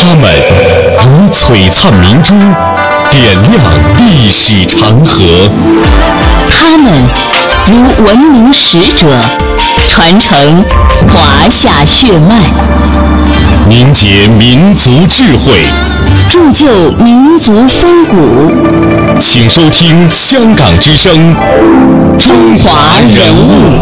他们如璀璨明珠，点亮历史长河； 他们如文明使者，传承华夏血脉， 凝结民族智慧， 铸就民族风骨。 请收听香港之声《中华人物》。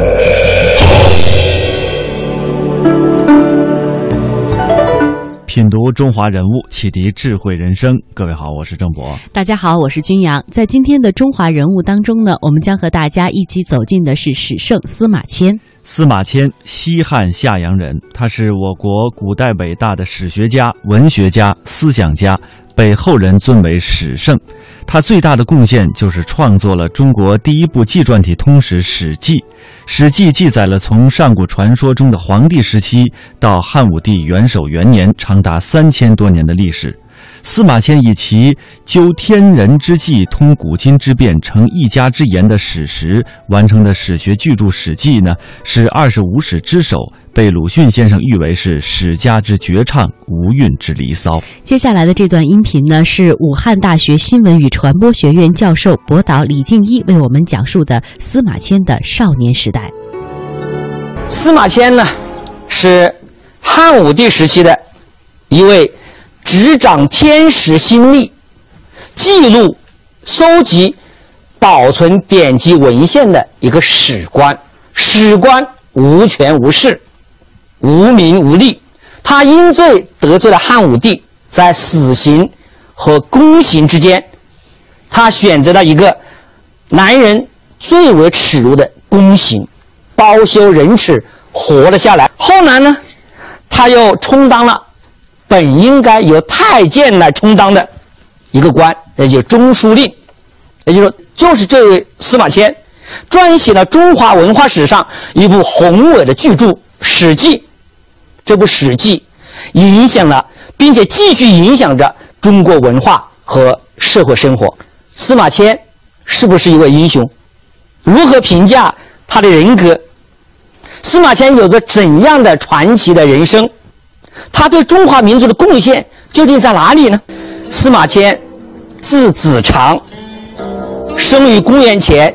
品读中华人物，启迪智慧人生。各位好，我是郑博。 大家好，我是君阳。在今天的中华人物当中呢，我们将和大家一起走进的是史圣司马迁。 司马迁，西汉夏阳人，他是我国古代伟大的史学家、文学家、思想家，被后人尊为史圣。他最大的贡献就是创作了中国第一部纪传体通史《史记》。《史记》记载了从上古传说中的黄帝时期到汉武帝元首元年，长达3000多年的历史。司马迁以其究天人之际、通古今之变、成一家之言的史实完成的史学巨著《史记》呢，是25史之首，被鲁迅先生誉为是史家之绝唱，无韵之离骚。 接下来的这段音频呢，是武汉大学新闻与传播学院教授博导李敬一为我们讲述的司马迁的少年时代。 司马迁呢，是汉武帝时期的一位执掌天史心力、记录、收集、保存典籍文献的一个史官。史官无权无势，无名无利。他因罪得罪了汉武帝，在死刑和宫刑之间，他选择了一个男人最为耻辱的宫刑，包羞忍耻，活了下来。后来呢，他又充当了本应该由太监来充当的一个官，也就是中书令。也就是说，就是这位司马迁撰写了中华文化史上一部宏伟的巨著《史记》。这部《史记》影响了并且继续影响着中国文化和社会生活。司马迁是不是一位英雄？如何评价他的人格？司马迁有着怎样的传奇的人生？他对中华民族的贡献究竟在哪里呢？司马迁字子长，生于公元前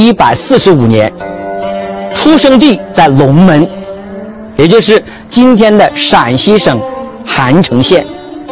145年，出生地在龙门，也就是今天的陕西省韩城县。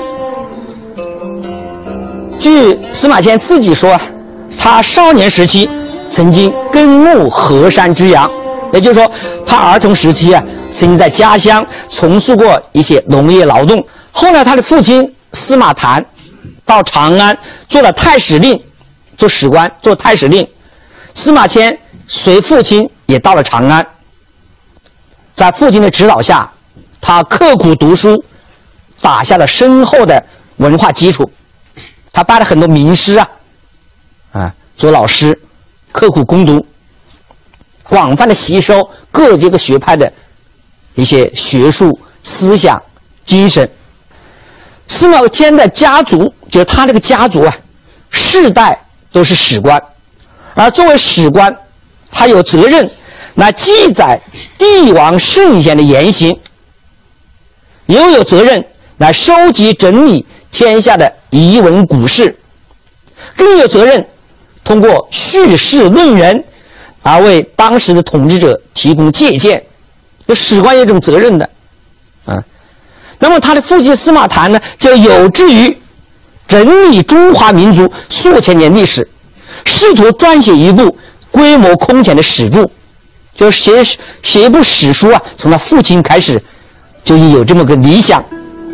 据司马迁自己说，他少年时期曾经耕牧河山之阳，也就是说他儿童时期曾经在家乡从事过一些农业劳动。后来他的父亲司马谈到长安做了太史令，做史官，做太史令。司马迁随父亲也到了长安，在父亲的指导下，他刻苦读书，打下了深厚的文化基础。他拜了很多名师做老师，刻苦攻读，广泛的吸收各这个学派的一些学术思想精神。司马迁的家族，就是他这个家族世代都是史官，而作为史官，他有责任来记载帝王圣贤的言行，也有责任来收集整理天下的遗文古事，更有责任通过叙事论人而为当时的统治者提供借鉴。史官有这种责任的那么他的父亲司马谈呢，就有志于整理中华民族数千年历史，试图撰写一部规模空前的史著，就是写一部史书从他父亲开始就有这么个理想。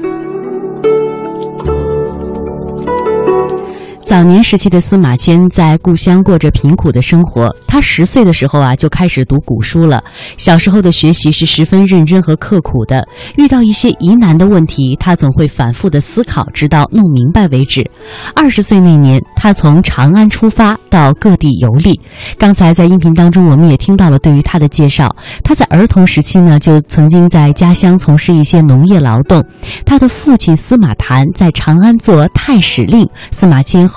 早年时期的司马迁在故乡过着贫苦的生活，他10岁的时候就开始读古书了。小时候的学习是十分认真和刻苦的，遇到一些疑难的问题，他总会反复的思考，直到弄明白为止。20岁那年，他从长安出发到各地游历。刚才在音频当中我们也听到了对于他的介绍，他在儿童时期呢就曾经在家乡从事一些农业劳动。他的父亲司马谈在长安做太史令，司马迁后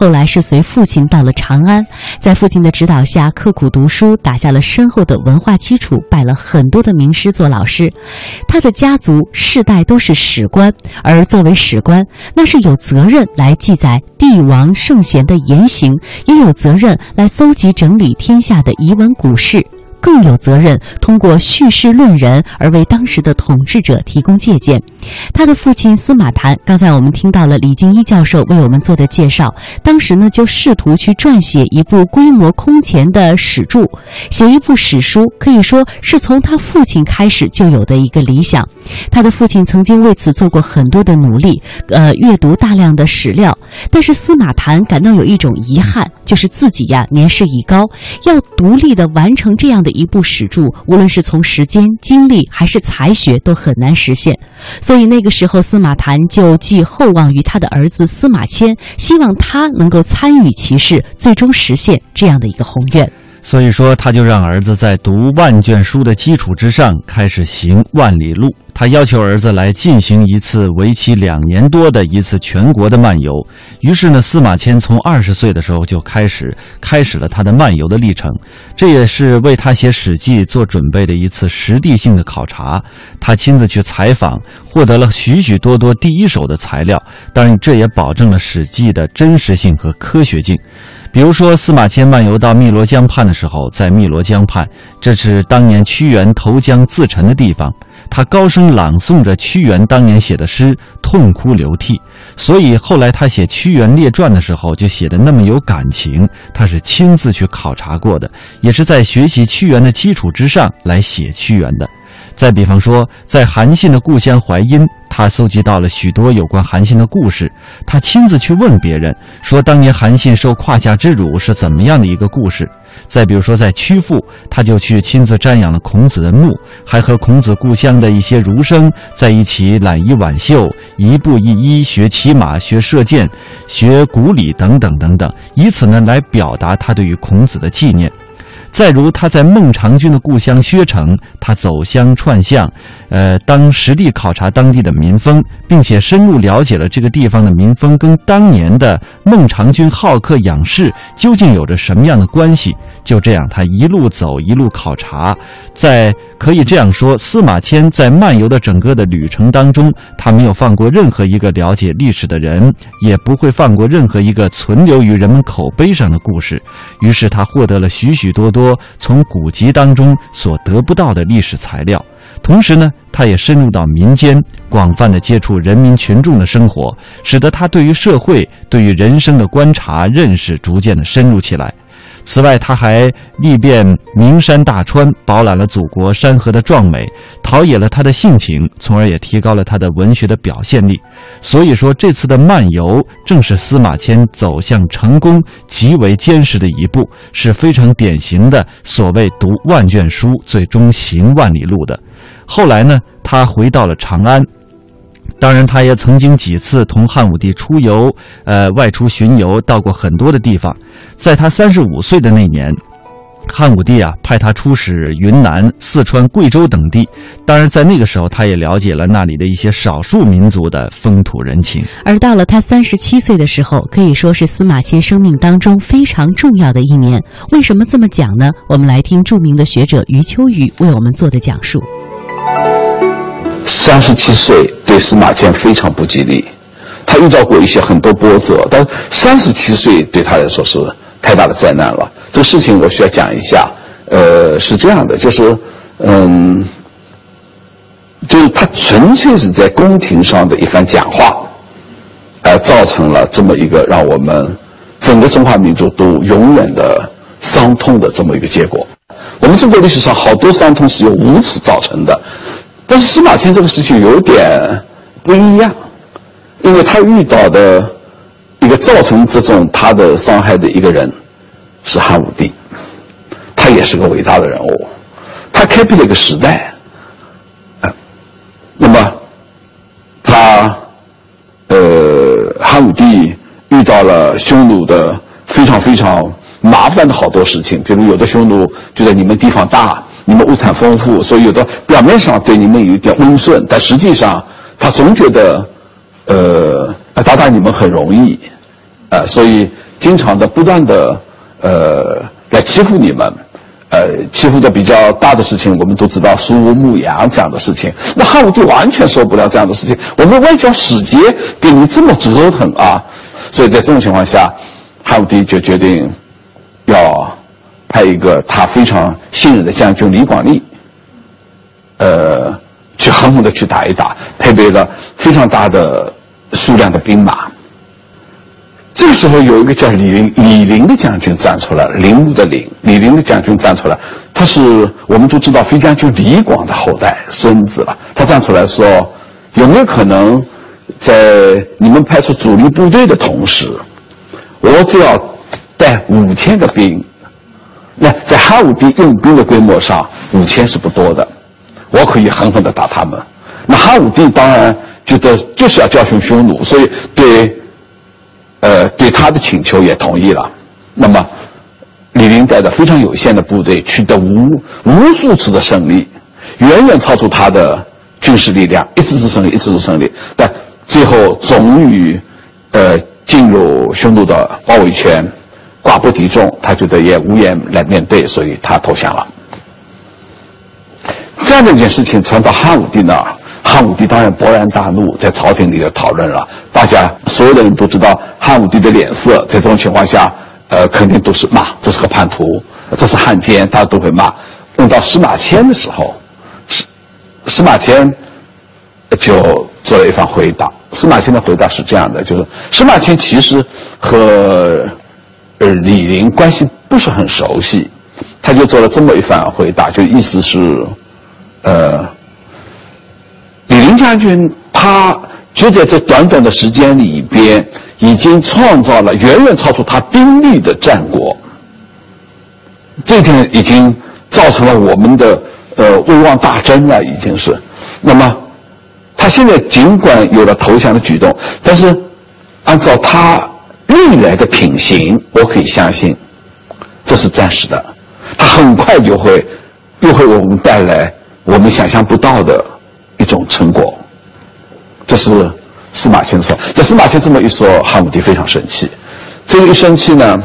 后来是随父亲到了长安，在父亲的指导下刻苦读书，打下了深厚的文化基础，拜了很多的名师做老师。他的家族世代都是史官，而作为史官，那是有责任来记载帝王圣贤的言行，也有责任来搜集整理天下的遗文古事，更有责任通过叙事论人而为当时的统治者提供借鉴。他的父亲司马谈，刚才我们听到了李敬一教授为我们做的介绍，当时呢就试图去撰写一部规模空前的史著，写一部史书，可以说是从他父亲开始就有的一个理想。他的父亲曾经为此做过很多的努力，阅读大量的史料，但是司马谈感到有一种遗憾，就是自己年事已高，要独立的完成这样的一部史著，无论是从时间、精力还是才学都很难实现。所以那个时候司马谈就寄厚望于他的儿子司马迁，希望他能够参与其事，最终实现这样的一个宏愿。 所以说，他就让儿子在读万卷书的基础之上开始行万里路。他要求儿子来进行一次为期2年多的一次全国的漫游。于是呢，司马迁从20岁的时候就开始了他的漫游的历程。这也是为他写《史记》做准备的一次实地性的考察。他亲自去采访，获得了许许多多第一手的材料。当然，这也保证了《史记》的真实性和科学性。比如说，司马迁漫游到汨罗江畔的时候，在汨罗江畔，这是当年屈原投江自沉的地方。他高声朗诵着屈原当年写的诗，痛哭流涕。所以后来他写《屈原列传》的时候，就写得那么有感情。他是亲自去考察过的，也是在学习屈原的基础之上来写屈原的。再比方说，在韩信的故乡淮阴，他搜集到了许多有关韩信的故事。他亲自去问别人，说当年韩信受胯下之辱是怎么样的一个故事。再比如说，在曲阜，他就去亲自瞻仰了孔子的墓，还和孔子故乡的一些儒生在一起揽衣挽袖，一步一衣，学骑马，学射箭，学古礼等等等等，以此呢来表达他对于孔子的纪念。再如他在孟尝君的故乡薛城，他走乡串巷，当实地考察当地的民风，并且深入了解了这个地方的民风跟当年的孟尝君好客养士究竟有着什么样的关系。就这样，他一路走一路考察，可以这样说，司马迁在漫游的整个的旅程当中，他没有放过任何一个了解历史的人，也不会放过任何一个存留于人们口碑上的故事。于是他获得了许许多多从古籍当中所得不到的历史材料。同时呢，他也深入到民间，广泛地接触人民群众的生活，使得他对于社会、对于人生的观察认识逐渐地深入起来。此外，他还历遍名山大川，饱览了祖国山河的壮美，陶冶了他的性情，从而也提高了他的文学的表现力。所以说，这次的漫游正是司马迁走向成功极为坚实的一步，是非常典型的所谓读万卷书，最终行万里路的。后来呢，他回到了长安。当然，他也曾经几次同汉武帝出游，外出巡游，到过很多的地方。在他35岁的那年，汉武帝派他出使云南、四川、贵州等地。当然，在那个时候，他也了解了那里的一些少数民族的风土人情。 而到了他37岁的时候，可以说是司马迁生命当中非常重要的一年。为什么这么讲呢？我们来听著名的学者余秋雨为我们做的讲述。 37岁对司马迁非常不吉利，他遇到过一些很多波折，但37岁对他来说是太大的灾难了。这个事情我需要讲一下，是这样的，就是他纯粹是在宫廷上的一番讲话，造成了这么一个让我们整个中华民族都永远的伤痛的这么一个结果。我们中国历史上好多伤痛是由无耻造成的。但是司马迁这个事情有点不一样，因为他遇到的一个造成这种他的伤害的一个人是汉武帝，他也是个伟大的人物，他开辟了一个时代。那么他汉武帝遇到了匈奴的非常非常麻烦的好多事情，比如有的匈奴觉得你们地方大，你们物产丰富，所以有的表面上对你们有一点温顺，但实际上他总觉得打打你们很容易，所以经常的不断的来欺负你们。欺负的比较大的事情，我们都知道苏吴牧羊这样的事情。那汉武帝完全受不了这样的事情，我们外交使节给你这么折腾啊！所以在这种情况下，汉武帝就决定要派一个他非常信任的将军李广利，去狠狠的去打一打，配备了非常大的数量的兵马。这个时候有一个叫李陵的将军站出来，陵墓的陵，李陵的将军站出来，他是我们都知道飞将军李广的后代孙子了。他站出来说，有没有可能在你们派出主力部队的同时，我只要带5000个兵，那在汉武帝用兵的规模上，5000是不多的，我可以狠狠地打他们。那汉武帝当然觉得就是要教训匈奴，所以对他的请求也同意了。那么李陵带着非常有限的部队取得无数次的胜利，远远超出他的军事力量，一次次胜利，一次次胜利，但最后终于进入匈奴的包围圈，寡不敌众，他觉得也无颜来面对，所以他投降了。这样的一件事情传到汉武帝那儿，汉武帝当然勃然大怒，在朝廷里就讨论了。大家所有的人都知道汉武帝的脸色，在这种情况下，肯定都是骂这是个叛徒，这是汉奸，大家都会骂。问到司马迁的时候，司马迁就做了一番回答。司马迁的回答是这样的，就是司马迁其实和李陵关系不是很熟悉，他就做了这么一番回答，就意思是李陵将军他就在这短短的时间里边，已经创造了远远超出他兵力的战果，这一点已经造成了我们的威望大增了，已经是。那么他现在尽管有了投降的举动，但是按照他历来的品行，我可以相信这是暂时的，他很快又会为我们带来我们想象不到的一种成果。这是司马迁说。这司马迁这么一说，汉武帝非常生气。这个一生气呢，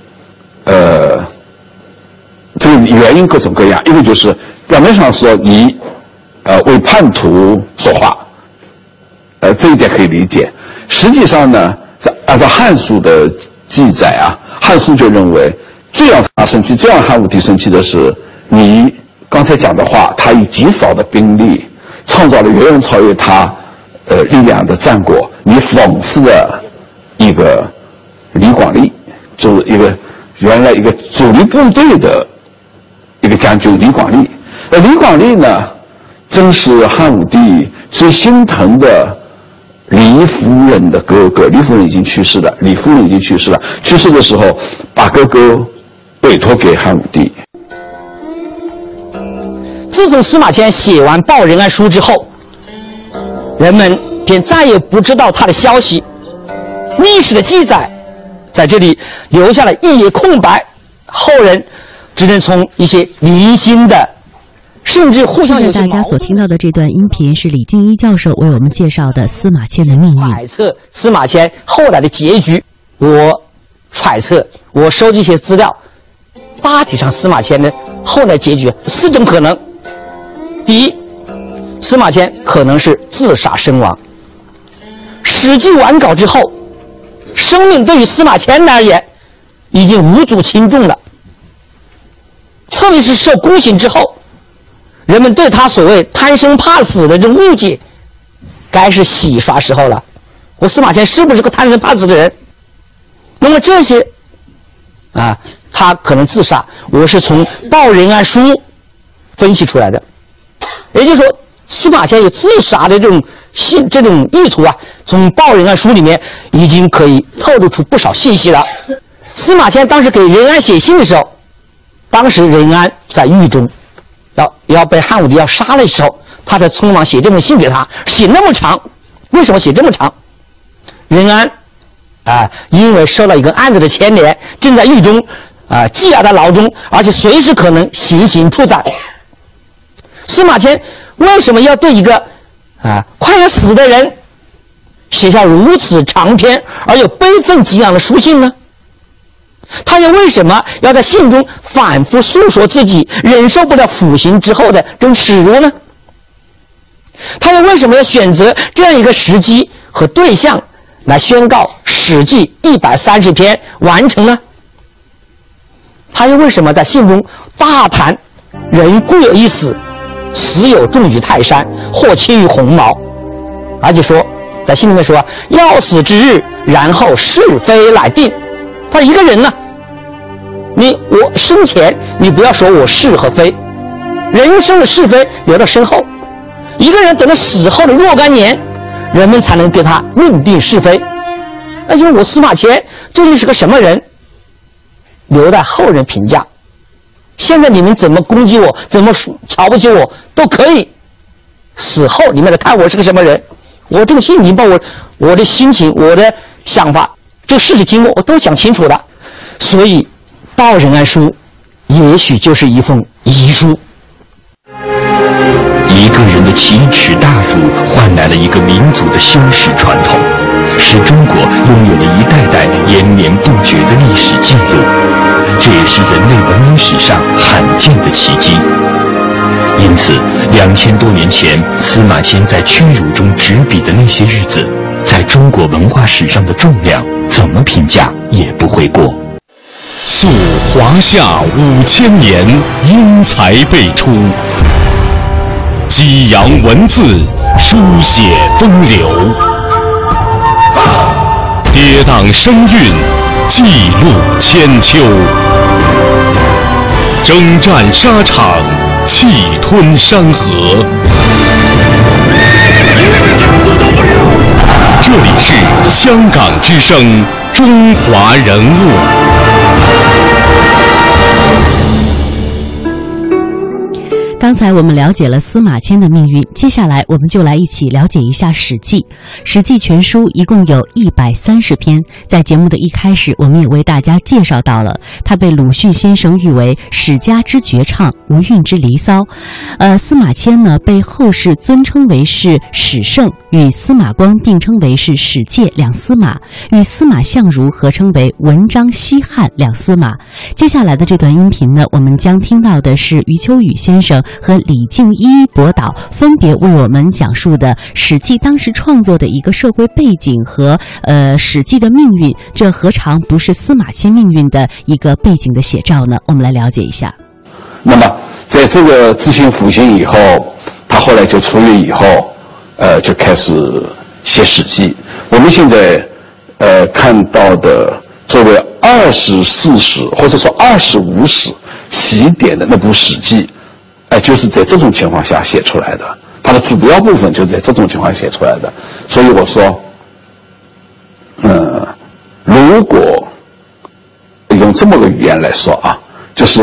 这个原因各种各样。一个就是表面上说你为叛徒说话，这一点可以理解。实际上呢，按照《汉书》的记载啊，《汉书》就认为最让他生气、最让汉武帝生气的是你刚才讲的话，他以极少的兵力创造了远远超越他力量的战果，你讽刺了一个李广利，就是一个原来一个主力部队的一个将军李广利。李广利呢，正是汉武帝最心疼的李夫人的哥哥。李夫人已经去世了，李夫人已经去世了。去世的时候，把哥哥委托给汉武帝。 自从司马迁写完《报任安书》之后，人们便再也不知道他的消息，历史的记载在这里留下了一页空白，后人只能从一些零星的甚至互相有些现在大家所听到的这段音频是李敬一教授为我们介绍的司马迁的命运。 揣测司马迁后来的结局，我揣测，我收集一些资料，大体上司马迁的后来结局4种可能。第一，司马迁可能是自杀身亡。史记完稿之后，生命对于司马迁而言已经无足轻重了，特别是受宫刑之后，人们对他所谓贪生怕死的这种误解该是洗刷时候了。我司马迁是不是个贪生怕死的人？那么这些他可能自杀，我是从《报任安书》分析出来的。也就是说，司马迁有自杀的这种意图啊，从《报任安书》里面已经可以透露出不少信息了。司马迁当时给任安写信的时候，当时任安在狱中，要被汉武帝要杀的时候，他才匆忙写这封信给他，写那么长。为什么写这么长？任安因为受到一个案子的牵连，正在狱中羁押在牢中，而且随时可能行刑处斩。司马迁为什么要对一个快要死的人写下如此长篇而又悲愤激昂的书信呢？ 他又为什么要在信中反复诉说自己忍受不了腐刑之后的这种耻辱呢？他又为什么要选择这样一个时机和对象来宣告《史记》130篇完成呢？他又为什么在信中大谈人固有一死，死有重于泰山，或轻于鸿毛，而且说在信里面说要死之日，然后是非来定。他一个人呢，我生前你不要说我是和非，人生的是非留到身后，一个人等到死后的若干年，人们才能对他论定是非。那就是我司马迁究竟是个什么人，留待后人评价。现在你们怎么攻击我，怎么瞧不起我都可以，死后你们来看我是个什么人。我这个信已经把我的心情，我的想法，这个事情经过我都讲清楚了。所以报任安书也许就是一封遗书。 一个人的奇耻大辱换来了一个民族的修史传统，使中国拥有了一代代延绵不绝的历史记录，这也是人类文明史上罕见的奇迹。因此2000多年前司马迁在屈辱中执笔的那些日子，在中国文化史上的重量怎么评价也不会过。溯华夏5000年，英才辈出，激扬文字，书写风流，跌宕声韵，记录千秋，征战沙场，气吞山河。这里是香港之声，中华人物。 刚才我们了解了司马迁的命运，接下来我们就来一起了解一下《史记》。《史记》全书一共有130篇，在节目的一开始，我们也为大家介绍到了，它被鲁迅先生誉为史家之绝唱，无韵之离骚。司马迁呢，被后世尊称为是史圣，与司马光并称为是史界两司马，与司马相如合称为文章西汉两司马。接下来的这段音频呢，我们将听到的是余秋雨先生和李敬一博导分别为我们讲述的《史记》当时创作的一个社会背景和《史记》的命运，这何尝不是司马迁命运的一个背景的写照呢？我们来了解一下。 那么在这个自行腐刑以后，他后来就出狱以后，就开始写《史记》。我们现在看到的作为24史或者说25史起点的那部《史记》。就是在这种情况下写出来的，它的主要部分就是在这种情况写出来的。所以我说，如果用这么个语言来说啊，就是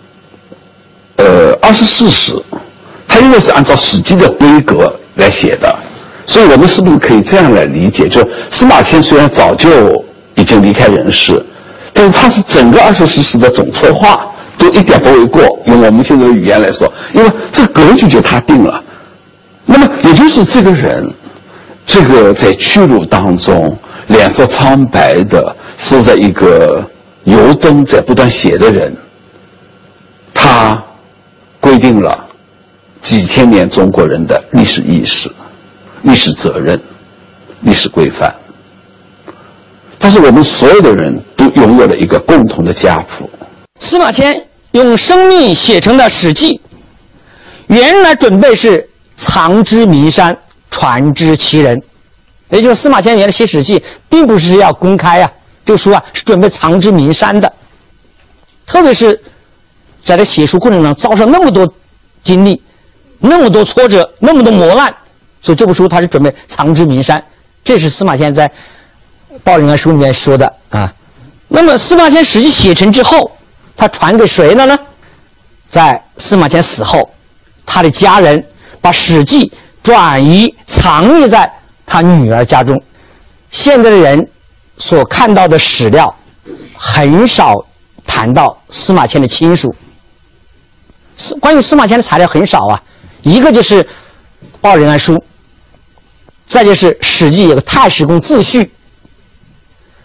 24史，它因为是按照《史记》的规格来写的，所以我们是不是可以这样来理解？就司马迁虽然早就已经离开人世，但是他是整个24史的总策划。都一点不为过，用我们现在的语言来说，因为这个格局就他定了。那么也就是这个人，这个在屈辱当中脸色苍白的守在一个油灯在不断写的人，他规定了几千年中国人的历史意识、历史责任、历史规范。但是我们所有的人都拥有了一个共同的家谱。 司马迁用生命写成的《史记》，原来准备是藏之弥山，传之其人。也就是司马迁原来写《史记》，并不是要公开啊，这个书啊是准备藏之弥山的。特别是在这写书过程中遭受那么多经历，那么多挫折，那么多磨难，所以这部书他是准备藏之弥山。这是司马迁在《报任安书》里面说的啊。那么司马迁《史记》写成之后，他传给谁了呢？在司马迁死后，他的家人把《史记》转移藏匿在他女儿家中。现在的人所看到的史料很少谈到司马迁的亲属，关于司马迁的材料很少啊。一个就是《报任安书》，再就是《史记》有个太史公自序，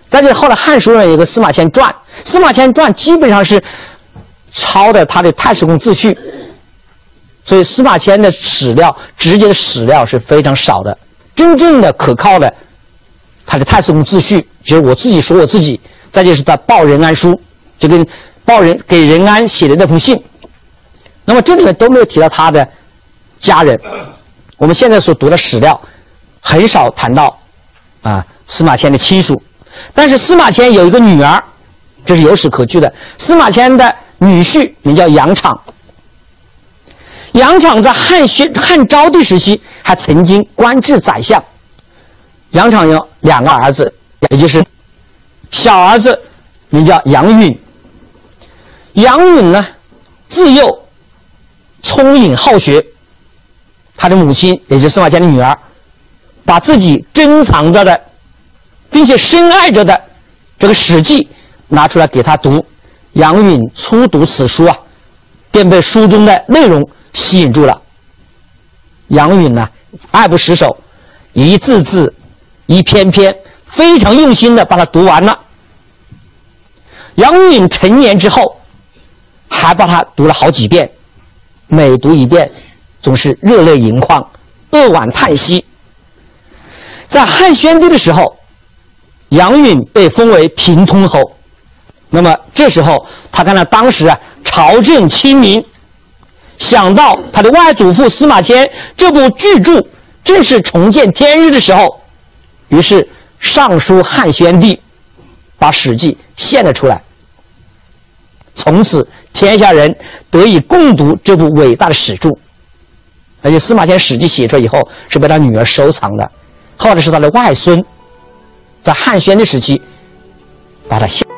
再者后来《汉书》上有一个司马迁传，司马迁传基本上是抄的他的太史公自序，所以司马迁的史料，直接的史料是非常少的。真正的可靠的，他的太史公自序，就是我自己说我自己，再就是他报任安书，就跟给任安写的那封信。那么这里面都没有提到他的家人，我们现在所读的史料很少谈到司马迁的亲属。但是司马迁有一个女儿，这是有史可据的。司马迁的女婿名叫杨敞，杨敞在汉昭帝时期还曾经官至宰相。杨敞有2个儿子，也就是小儿子名叫杨允。杨允呢，自幼聪颖好学，他的母亲也就是司马迁的女儿，把自己珍藏着的并且深爱着的这个《史记》拿出来给他读。杨允初读此书便被书中的内容吸引住了。杨允呢，爱不释手，一字字一篇篇非常用心的把它读完了。杨允成年之后还把它读了好几遍，每读一遍总是热泪盈眶，扼腕叹息。在汉宣帝的时候，杨允被封为平通侯。那么这时候他看到当时朝政清明，想到他的外祖父司马迁这部巨著正是重见天日的时候，于是上书汉宣帝，把《史记》献了出来。从此天下人得以共读这部伟大的史著。而且司马迁《史记》写出来以后是被他女儿收藏的，后来是他的外孙在汉宣帝时期把它献。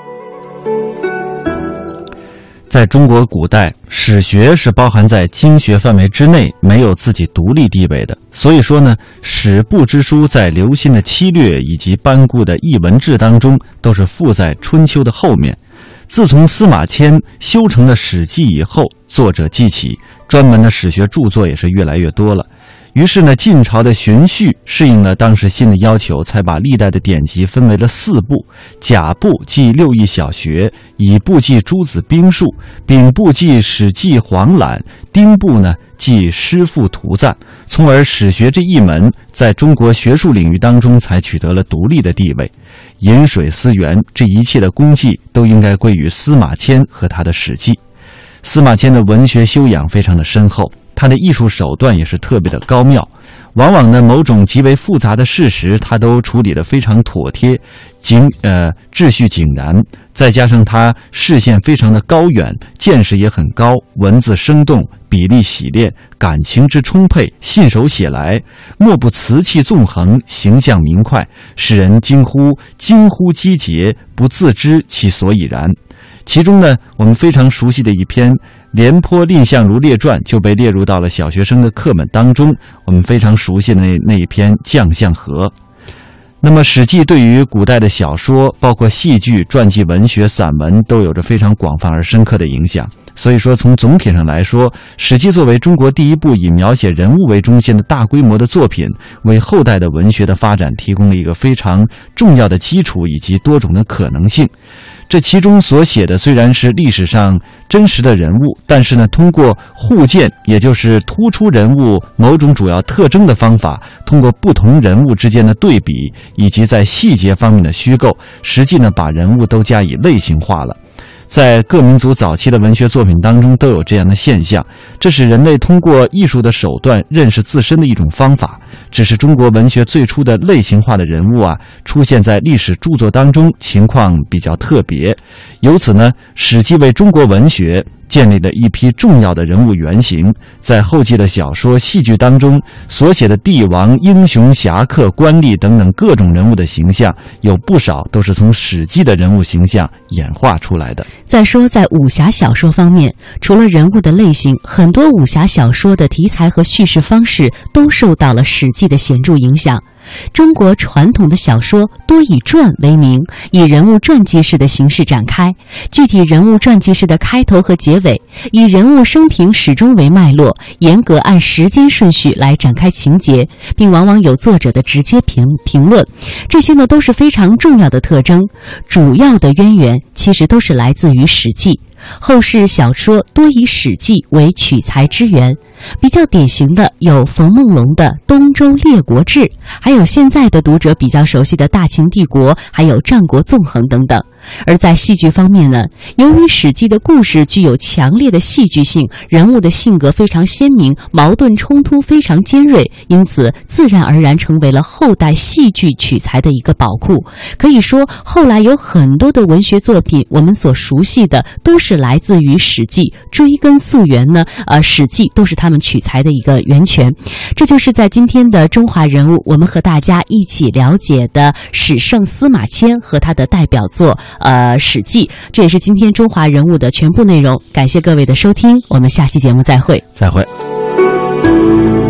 在中国古代，史学是包含在经学范围之内，没有自己独立地位的。所以说呢，史部之书在刘歆的七略以及班固的艺文志当中，都是附在春秋的后面。自从司马迁修成了《史记》以后，作者记起，专门的史学著作也是越来越多了。于是呢，晋朝的荀彧适应了当时新的要求，才把历代的典籍分为了4部：甲部记6艺小学，乙部记诸子兵数，丙部记史记黄览，丁部呢记诗赋图赞，从而史学这一门在中国学术领域当中才取得了独立的地位。饮水思源，这一切的功绩都应该归于司马迁和他的《史记》。司马迁的文学修养非常的深厚，他的艺术手段也是特别的高妙，往往呢某种极为复杂的事实他都处理得非常妥帖，秩序井然，再加上他视线非常的高远，见识也很高，文字生动，笔力洗练，感情之充沛，信手写来，莫不词气纵横，形象明快，使人惊呼机节，不自知其所以然。其中呢，我们非常熟悉的一篇《廉颇蔺相如列传》就被列入到了小学生的课本当中，我们非常熟悉的那一篇《将相和》。那么《史记》对于古代的小说，包括戏剧、传记文学、散文都有着非常广泛而深刻的影响。所以说从总体上来说，《史记》作为中国第一部以描写人物为中心的大规模的作品，为后代的文学的发展提供了一个非常重要的基础以及多种的可能性。这其中所写的虽然是历史上真实的人物，但是呢，通过互鉴，也就是突出人物某种主要特征的方法，通过不同人物之间的对比，以及在细节方面的虚构，实际呢把人物都加以类型化了。在各民族早期的文学作品当中都有这样的现象，这是人类通过艺术的手段认识自身的一种方法。只是中国文学最初的类型化的人物出现在历史著作当中情况比较特别，由此呢，《史记》为中国文学建立了一批重要的人物原型。在后继的小说、戏剧当中所写的帝王、英雄、侠客、官吏等等各种人物的形象，有不少都是从《史记》的人物形象演化出来的。 再说在武侠小说方面，除了人物的类型，很多武侠小说的题材和叙事方式都受到了《史记》的显著影响。中国传统的小说多以传为名，以人物传记式的形式展开，具体人物传记式的开头和结尾，以人物生平始终为脉络，严格按时间顺序来展开情节，并往往有作者的直接评论。 这些呢都是非常重要的特征，主要的渊源其实都是来自于《史记》。后世小说多以《史记》为取材之源，比较典型的有冯梦龙的《东周列国志》，还有现在的读者比较熟悉的《大秦帝国》，还有《战国纵横》等等。而在戏剧方面呢，由于《史记》的故事具有强烈的戏剧性，人物的性格非常鲜明，矛盾冲突非常尖锐，因此自然而然成为了后代戏剧取材的一个宝库。可以说，后来有很多的文学作品，我们所熟悉的都是来自于《史记》，追根溯源呢，《史记》都是他们取材的一个源泉。这就是在今天的中华人物，我们和大家一起了解的史圣司马迁和他的代表作《史记》，这也是今天中华人物的全部内容。感谢各位的收听，我们下期节目再会。 再会。